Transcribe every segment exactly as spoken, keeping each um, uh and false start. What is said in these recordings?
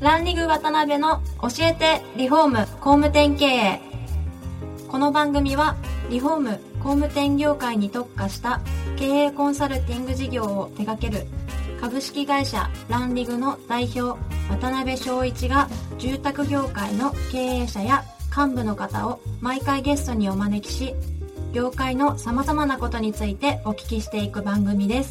ランリグ渡辺の教えてリフォーム工務店経営。この番組はリフォーム工務店業界に特化した経営コンサルティング事業を手掛ける株式会社ランリグの代表渡辺翔一が住宅業界の経営者や幹部の方を毎回ゲストにお招きし、業界のさまざまなことについてお聞きしていく番組です。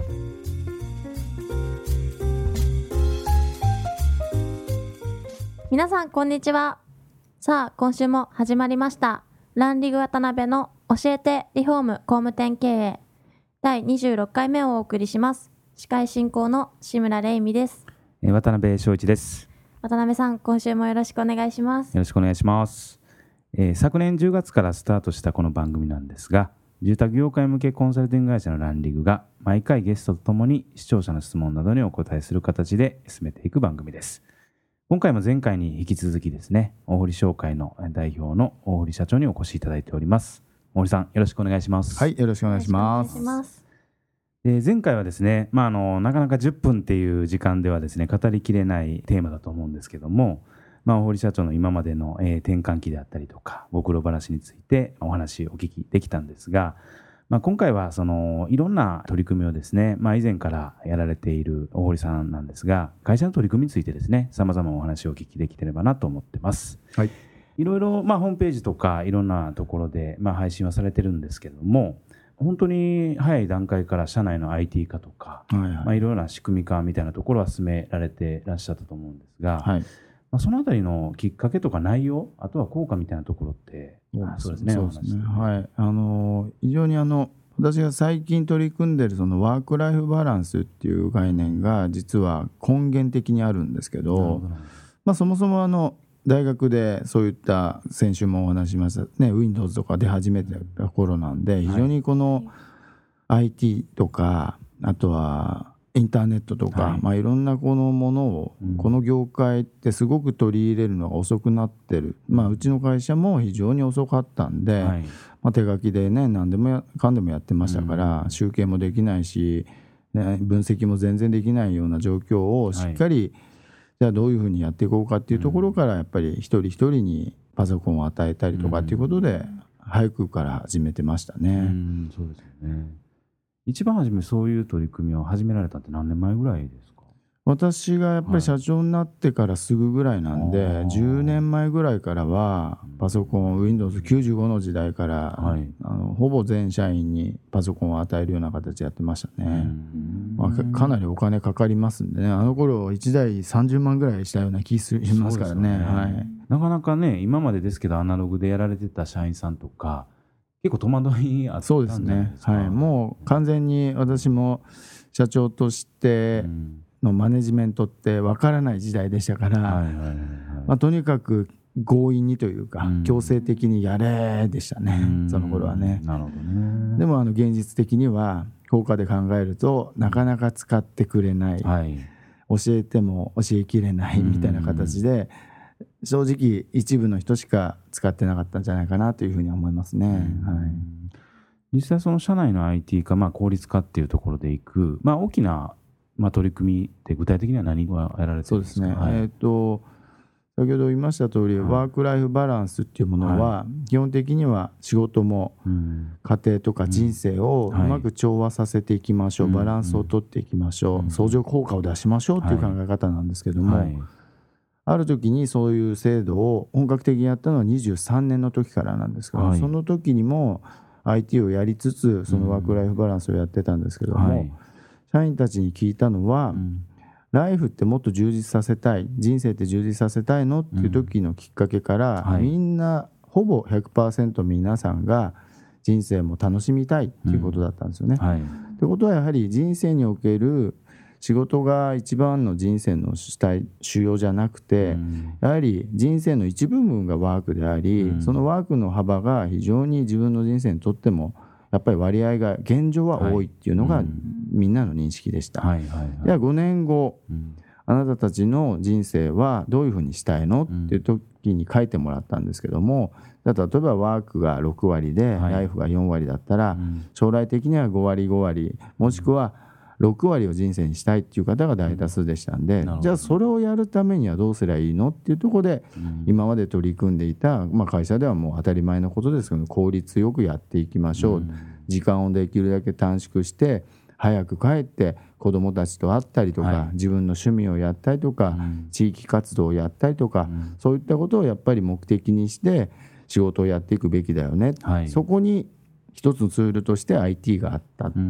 皆さんこんにちは。さあ今週も始まりましたランリグ渡辺の教えてリフォーム工務店経営だいにじゅうろっかいめをお送りします。司会進行の志村玲美です。 渡辺翔一です。 渡辺さん、今週もよろしくお願いします。 よろしくお願いします。えー、昨年じゅうがつからスタートしたこの番組なんですが、住宅業界向けコンサルティング会社のランリグが毎回ゲストとともに視聴者の質問などにお答えする形で進めていく番組です。今回も前回に引き続きですね、大堀商会の代表の大堀社長にお越しいただいております。大堀さん、よろしくお願いします。 はい、よろしくお願いします。 で前回はですね、まあ、あのなかなかじゅっぷんっていう時間ではですね語りきれないテーマだと思うんですけども、まあ、大堀社長の今までの、えー、転換期であったりとかご苦労話についてお話をお聞きできたんですが、まあ、今回はそのいろんな取り組みをですね、まあ、以前からやられている大堀さんなんですが、会社の取り組みについてですね様々お話をお聞きできてればなと思ってます。はい、いろいろ、まあ、ホームページとかいろんなところで、まあ、配信はされてるんですけども、本当に早い段階から社内の アイティー 化とか、はいはいまあ、いろいろな仕組み化みたいなところは進められていらっしゃったと思うんですが、はいまあ、そのあたりのきっかけとか内容、あとは効果みたいなところってそうですね。 そうですね。はい。あの非常にあの私が最近取り組んでいるそのワークライフバランスっていう概念が実は根源的にあるんですけど、まあそもそもあの大学でそういった先週もお話ししましたね Windows とか出始めた頃なんで、非常にこの アイティー とかあとはインターネットとか、はいまあ、いろんなこのものをこの業界ってすごく取り入れるのが遅くなってる、まあ、うちの会社も非常に遅かったんで、はいまあ、手書きでね何でもやかんでもやってましたから、うん、集計もできないし、ね、分析も全然できないような状況をしっかり、はいじゃあどういうふうにやっていこうかっていうところからやっぱり一人一人にパソコンを与えたりとかっていうことで早くから始めてましたね。 うん、そうですよね。一番初めそういう取り組みを始められたって何年前ぐらいですか？ 私がやっぱり社長になってからすぐぐらいなんで、はい、じゅうねんまえぐらいからはパソコン ウィンドウズきゅうじゅうご の時代から、はい、あのほぼ全社員にパソコンを与えるような形でやってましたね。まあ、か, かなりお金かかりますんでね、あの頃いちだいさんじゅうまんぐらいしたような気しますから ね, ね、はい、 なかなかね今までですけどアナログでやられてた社員さんとか結構戸惑いあったんじゃないですか？ そうですね、はい、もう完全に私も社長としてのマネジメントって分からない時代でしたから、はいはいはいはいまあ、とにかく強引にというか、うん、強制的にやれでしたね、うん、その頃はね。 なるほどね。 でもあの現実的には効果で考えるとなかなか使ってくれない、はい、教えても教えきれないみたいな形で、正直一部の人しか使ってなかったんじゃないかなというふうに思いますね。はい、 実際その社内の アイティー 化、まあ、効率化っていうところでいく、まあ、大きな、まあ、取り組みって具体的には何がやられてるんですか？ そうですね、はい、えーと先ほど言いました通り、はい、ワークライフバランスっていうものは、はい、基本的には仕事も家庭とか人生をうまく調和させていきましょう、うん、バランスをとっていきましょう、うん、相乗効果を出しましょうっていう考え方なんですけども、はいはい、ある時にそういう制度を本格的にやったのはにじゅうさんねんの時からなんですけど、はい、その時にも アイティー をやりつつそのワークライフバランスをやってたんですけども、はい、社員たちに聞いたのは、うんライフってもっと充実させたい、人生って充実させたいのっていう時のきっかけから、うんはい、みんなほぼ ひゃくパーセント 皆さんが人生も楽しみたいっていうことだったんですよね。と、うんはい、いうことはやはり人生における仕事が一番の人生の主体主要じゃなくて、うん、やはり人生の一部分がワークであり、うん、そのワークの幅が非常に自分の人生にとってもやっぱり割合が現状は多いっていうのがみんなの認識でした。はいはいはいはい、ではごねんご、うん、あなたたちの人生はどういうふうにしたいのっていう時に書いてもらったんですけども、例えばワークがろくわりで、はい、ライフがよんわりだったら、うん、将来的にはごわりごわりもしくはろくわりを人生にしたいっていう方が大多数でしたんで、うん、じゃあそれをやるためにはどうすればいいのっていうところで、うん、今まで取り組んでいた、まあ、会社ではもう当たり前のことですけど効率よくやっていきましょう、うん、時間をできるだけ短縮して早く帰って子どもたちと会ったりとか、はい、自分の趣味をやったりとか、うん、地域活動をやったりとか、うん、そういったことをやっぱり目的にして仕事をやっていくべきだよね、はい、そこに一つのツールとして アイティー があった、うん、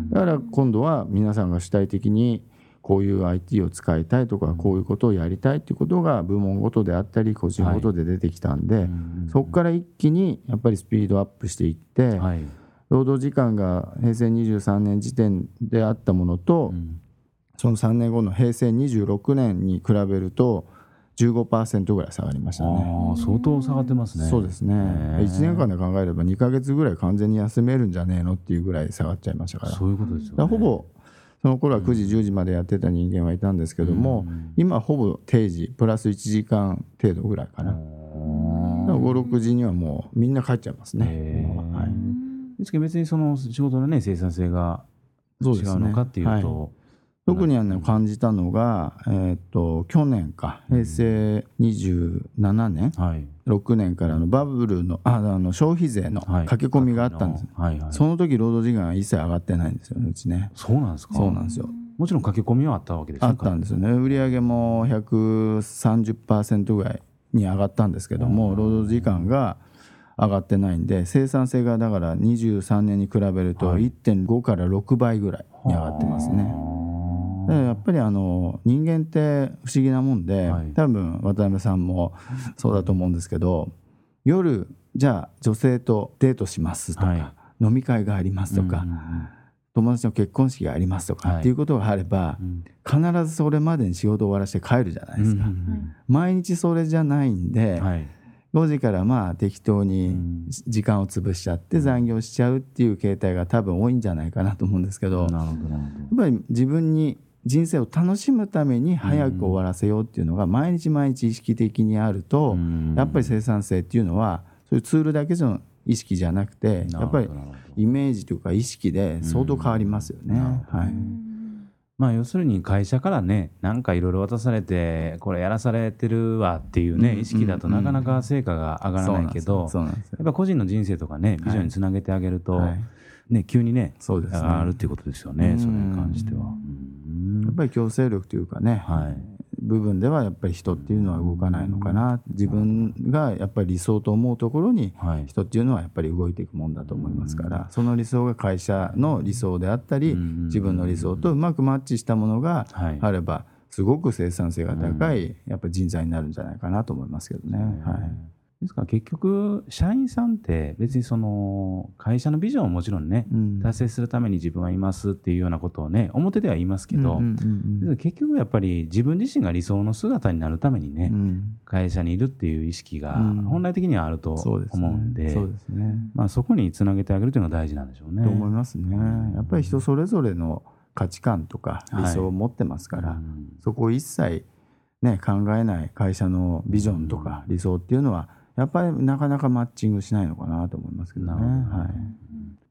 だから今度は皆さんが主体的にこういう アイティー を使いたいとか、うん、こういうことをやりたいということが部門ごとであったり個人ごとで出てきたんで、はい、そこから一気にやっぱりスピードアップしていって、はい、労働時間がへいせいにじゅうさんねん時点であったものと、うん、そのさんねんごのへいせいにじゅうろくねんに比べると じゅうごパーセント ぐらい下がりましたね。 あ、相当下がってますね。 そうですね。いちねんかんで考えればにかげつぐらい完全に休めるんじゃねえのっていうぐらい下がっちゃいましたから。 そういうことですよね。 だからほぼその頃はくじじゅうじまでやってた人間はいたんですけども、うん、今ほぼ定時プラスいちじかん程度ぐらいかな。ご、ろくじにはもうみんな帰っちゃいますね。はい、 ですけど別にその仕事の、ね、生産性が違うのかっていうと、 特にあの感じたのが、えー、と去年かへいせいにじゅうななねん、はい、ろくねんからのバブルの、ああの消費税の駆け込みがあったんです、はいはいはい、その時労働時間は一切上がってないんですよね、うちね。 そうなんですか。 そうなんですよ。 もちろん駆け込みはあったわけですか。 あったんですよね。売上も ひゃくさんじゅっパーセント ぐらいに上がったんですけども、労働時間が上がってないんで、生産性がだからにじゅうさんねんに比べると いってんご からろくばいぐらいに上がってますね。やっぱりあの人間って不思議なもんで、はい、多分渡辺さんもそうだと思うんですけど、夜じゃあ女性とデートしますとか、はい、飲み会がありますとか、うんうんうん、友達の結婚式がありますとか、はい、っていうことがあれば、うん、必ずそれまでに仕事を終わらせて帰るじゃないですか、うんうんうん、毎日それじゃないんで、はい、ごじからまあ適当に時間を潰しちゃって残業しちゃうっていう形態が多分多いんじゃないかなと思うんですけど、なるほどなるほど。やっぱり自分に人生を楽しむために早く終わらせようっていうのが毎日毎日意識的にあると、やっぱり生産性っていうのはそういうツールだけの意識じゃなくて、やっぱりイメージというか意識で相当変わりますよね。はい。 まあ、要するに会社からね、なんかいろいろ渡されてこれやらされてるわっていうね、意識だとなかなか成果が上がらないけど、やっぱ個人の人生とかねビジョンにつなげてあげると、ね、急にね上がるっていうことですよね。それに関してはやっぱり強制力というかね、はい、部分ではやっぱり人っていうのは動かないのかな。自分がやっぱり理想と思うところに人っていうのはやっぱり動いていくもんだと思いますから、その理想が会社の理想であったり自分の理想とうまくマッチしたものがあればすごく生産性が高いやっぱり人材になるんじゃないかなと思いますけどね。はい。 ですから結局社員さんって別にその会社のビジョンをもちろんね、うん、達成するために自分はいますっていうようなことをね表では言いますけど、うんうんうん、結局やっぱり自分自身が理想の姿になるためにね、うん、会社にいるっていう意識が本来的にはあると思うんで、 そうですね。 まあそこにつなげてあげるというのが大事なんでしょうね。 と思いますね。やっぱり人それぞれの価値観とか理想を持ってますから、はい、うん、そこを一切ね考えない会社のビジョンとか理想っていうのはやっぱりなかなかマッチングしないのかなと思いますけどね。はい。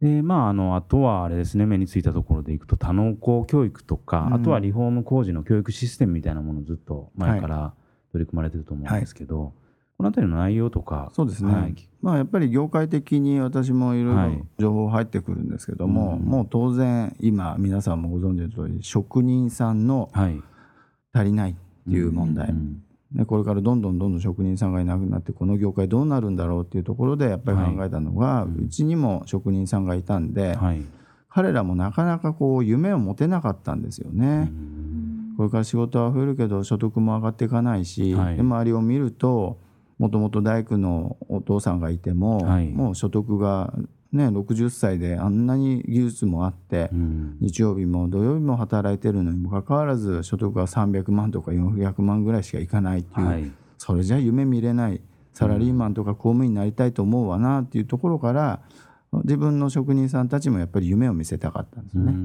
でまあ、あのあとはあれですね、目についたところでいくと多能工教育とか、うん、あとはリフォーム工事の教育システムみたいなものをずっと前から取り組まれてると思うんですけど、はい、このあたりの内容とか。 そうですね、はい、まあ、やっぱり業界的に私もいろいろ情報入ってくるんですけども、はい、もう当然今皆さんもご存知の通り職人さんの足りないっていう問題、はい、うんうん、これからどんどんどんどん職人さんがいなくなってこの業界どうなるんだろうっていうところでやっぱり考えたのが、はい、うちにも職人さんがいたんで、はい、彼らもなかなかこう夢を持てなかったんですよね。これから仕事は増えるけど所得も上がっていかないし、はい、で周りを見るともともと大工のお父さんがいても、はい、もう所得がね、ろくじゅっさいであんなに技術もあって、うん、日曜日も土曜日も働いてるのにもかかわらず所得がさんびゃくまんとかよんひゃくまんぐらいしかいかないっていう、はい、それじゃ夢見れない、サラリーマンとか公務員になりたいと思うわなっていうところから、自分の職人さんたちもやっぱり夢を見せたかったんですよね。うん、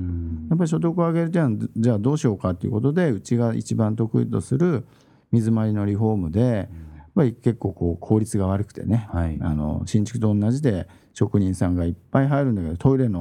やっぱり所得を上げるじゃん、じゃあどうしようかということで、うちが一番得意とする水回りのリフォームで、やっぱり結構こう効率が悪くてね、はい、あの新築と同じで職人さんがいっぱい入るんだけどトイレの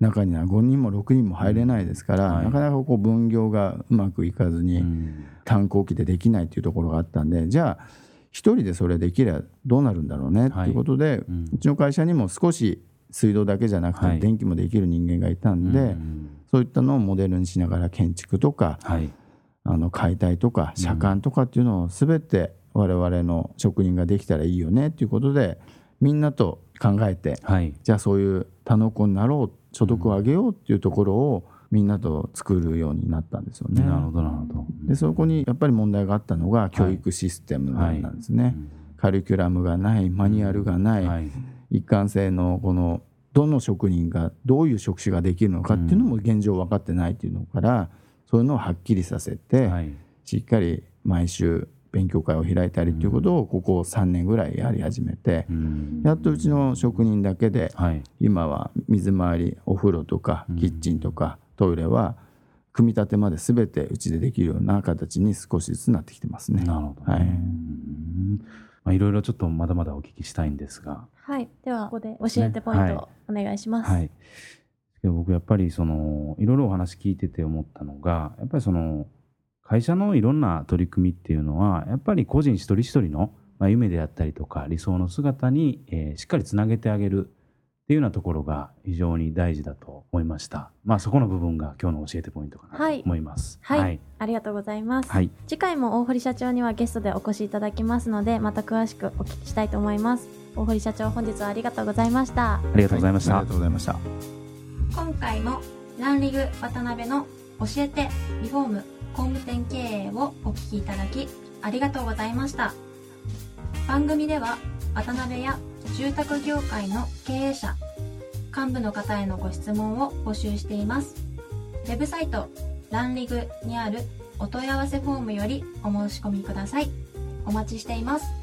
中にはごにんもろくにんも入れないですから、うんはい、なかなかこう分業がうまくいかずに、うん、単行期でできないというところがあったんで、じゃあ一人でそれできればどうなるんだろうねということで、はいうん、うちの会社にも少し水道だけじゃなくて電気もできる人間がいたんで、はいうん、そういったのをモデルにしながら建築とか、はい、あの解体とか車間とかっていうのを全て我々の職人ができたらいいよねということで、みんなと考えて、はい、じゃあそういう多能工になろう、所得を上げようっていうところをみんなと作るようになったんですよね。 なるほどなるほど。 でそこにやっぱり問題があったのが教育システムなんですね、はいはい、カリキュラムがない、マニュアルがない、はい、一貫性のこのどの職人がどういう職種ができるのかっていうのも現状分かってないっていうのから、そういうのをはっきりさせて、はい、しっかり毎週勉強会を開いたりということをここさんねんぐらいやり始めて、うん、やっとうちの職人だけで、はい、今は水回り、お風呂とかキッチンとかトイレは組み立てまで全てうちでできるような形に少しずつなってきてますね。 なるほどね。はい、まあ、いろいろちょっとまだまだお聞きしたいんですが、 はい、ではここで教えてポイントをお願いします。 ね、はいはい、で僕やっぱりそのいろいろお話聞いてて思ったのが、やっぱりその会社のいろんな取り組みっていうのはやっぱり個人一人一人の夢であったりとか理想の姿に、えー、しっかりつなげてあげるっていうようなところが非常に大事だと思いました。まあそこの部分が今日の教えてポイントかなと思います。 はい、はいはい、ありがとうございます、はい、次回も大堀社長にはゲストでお越しいただきますので、また詳しくお聞きしたいと思います。大堀社長、本日はありがとうございました。 ありがとうございました、 はい、ありがとうございました。 今回もランリグ渡辺の教えてリフォーム工務店経営をお聞きいただきありがとうございました。番組では渡辺や住宅業界の経営者、幹部の方へのご質問を募集しています。ウェブサイトランリグにあるお問い合わせフォームよりお申し込みください。お待ちしています。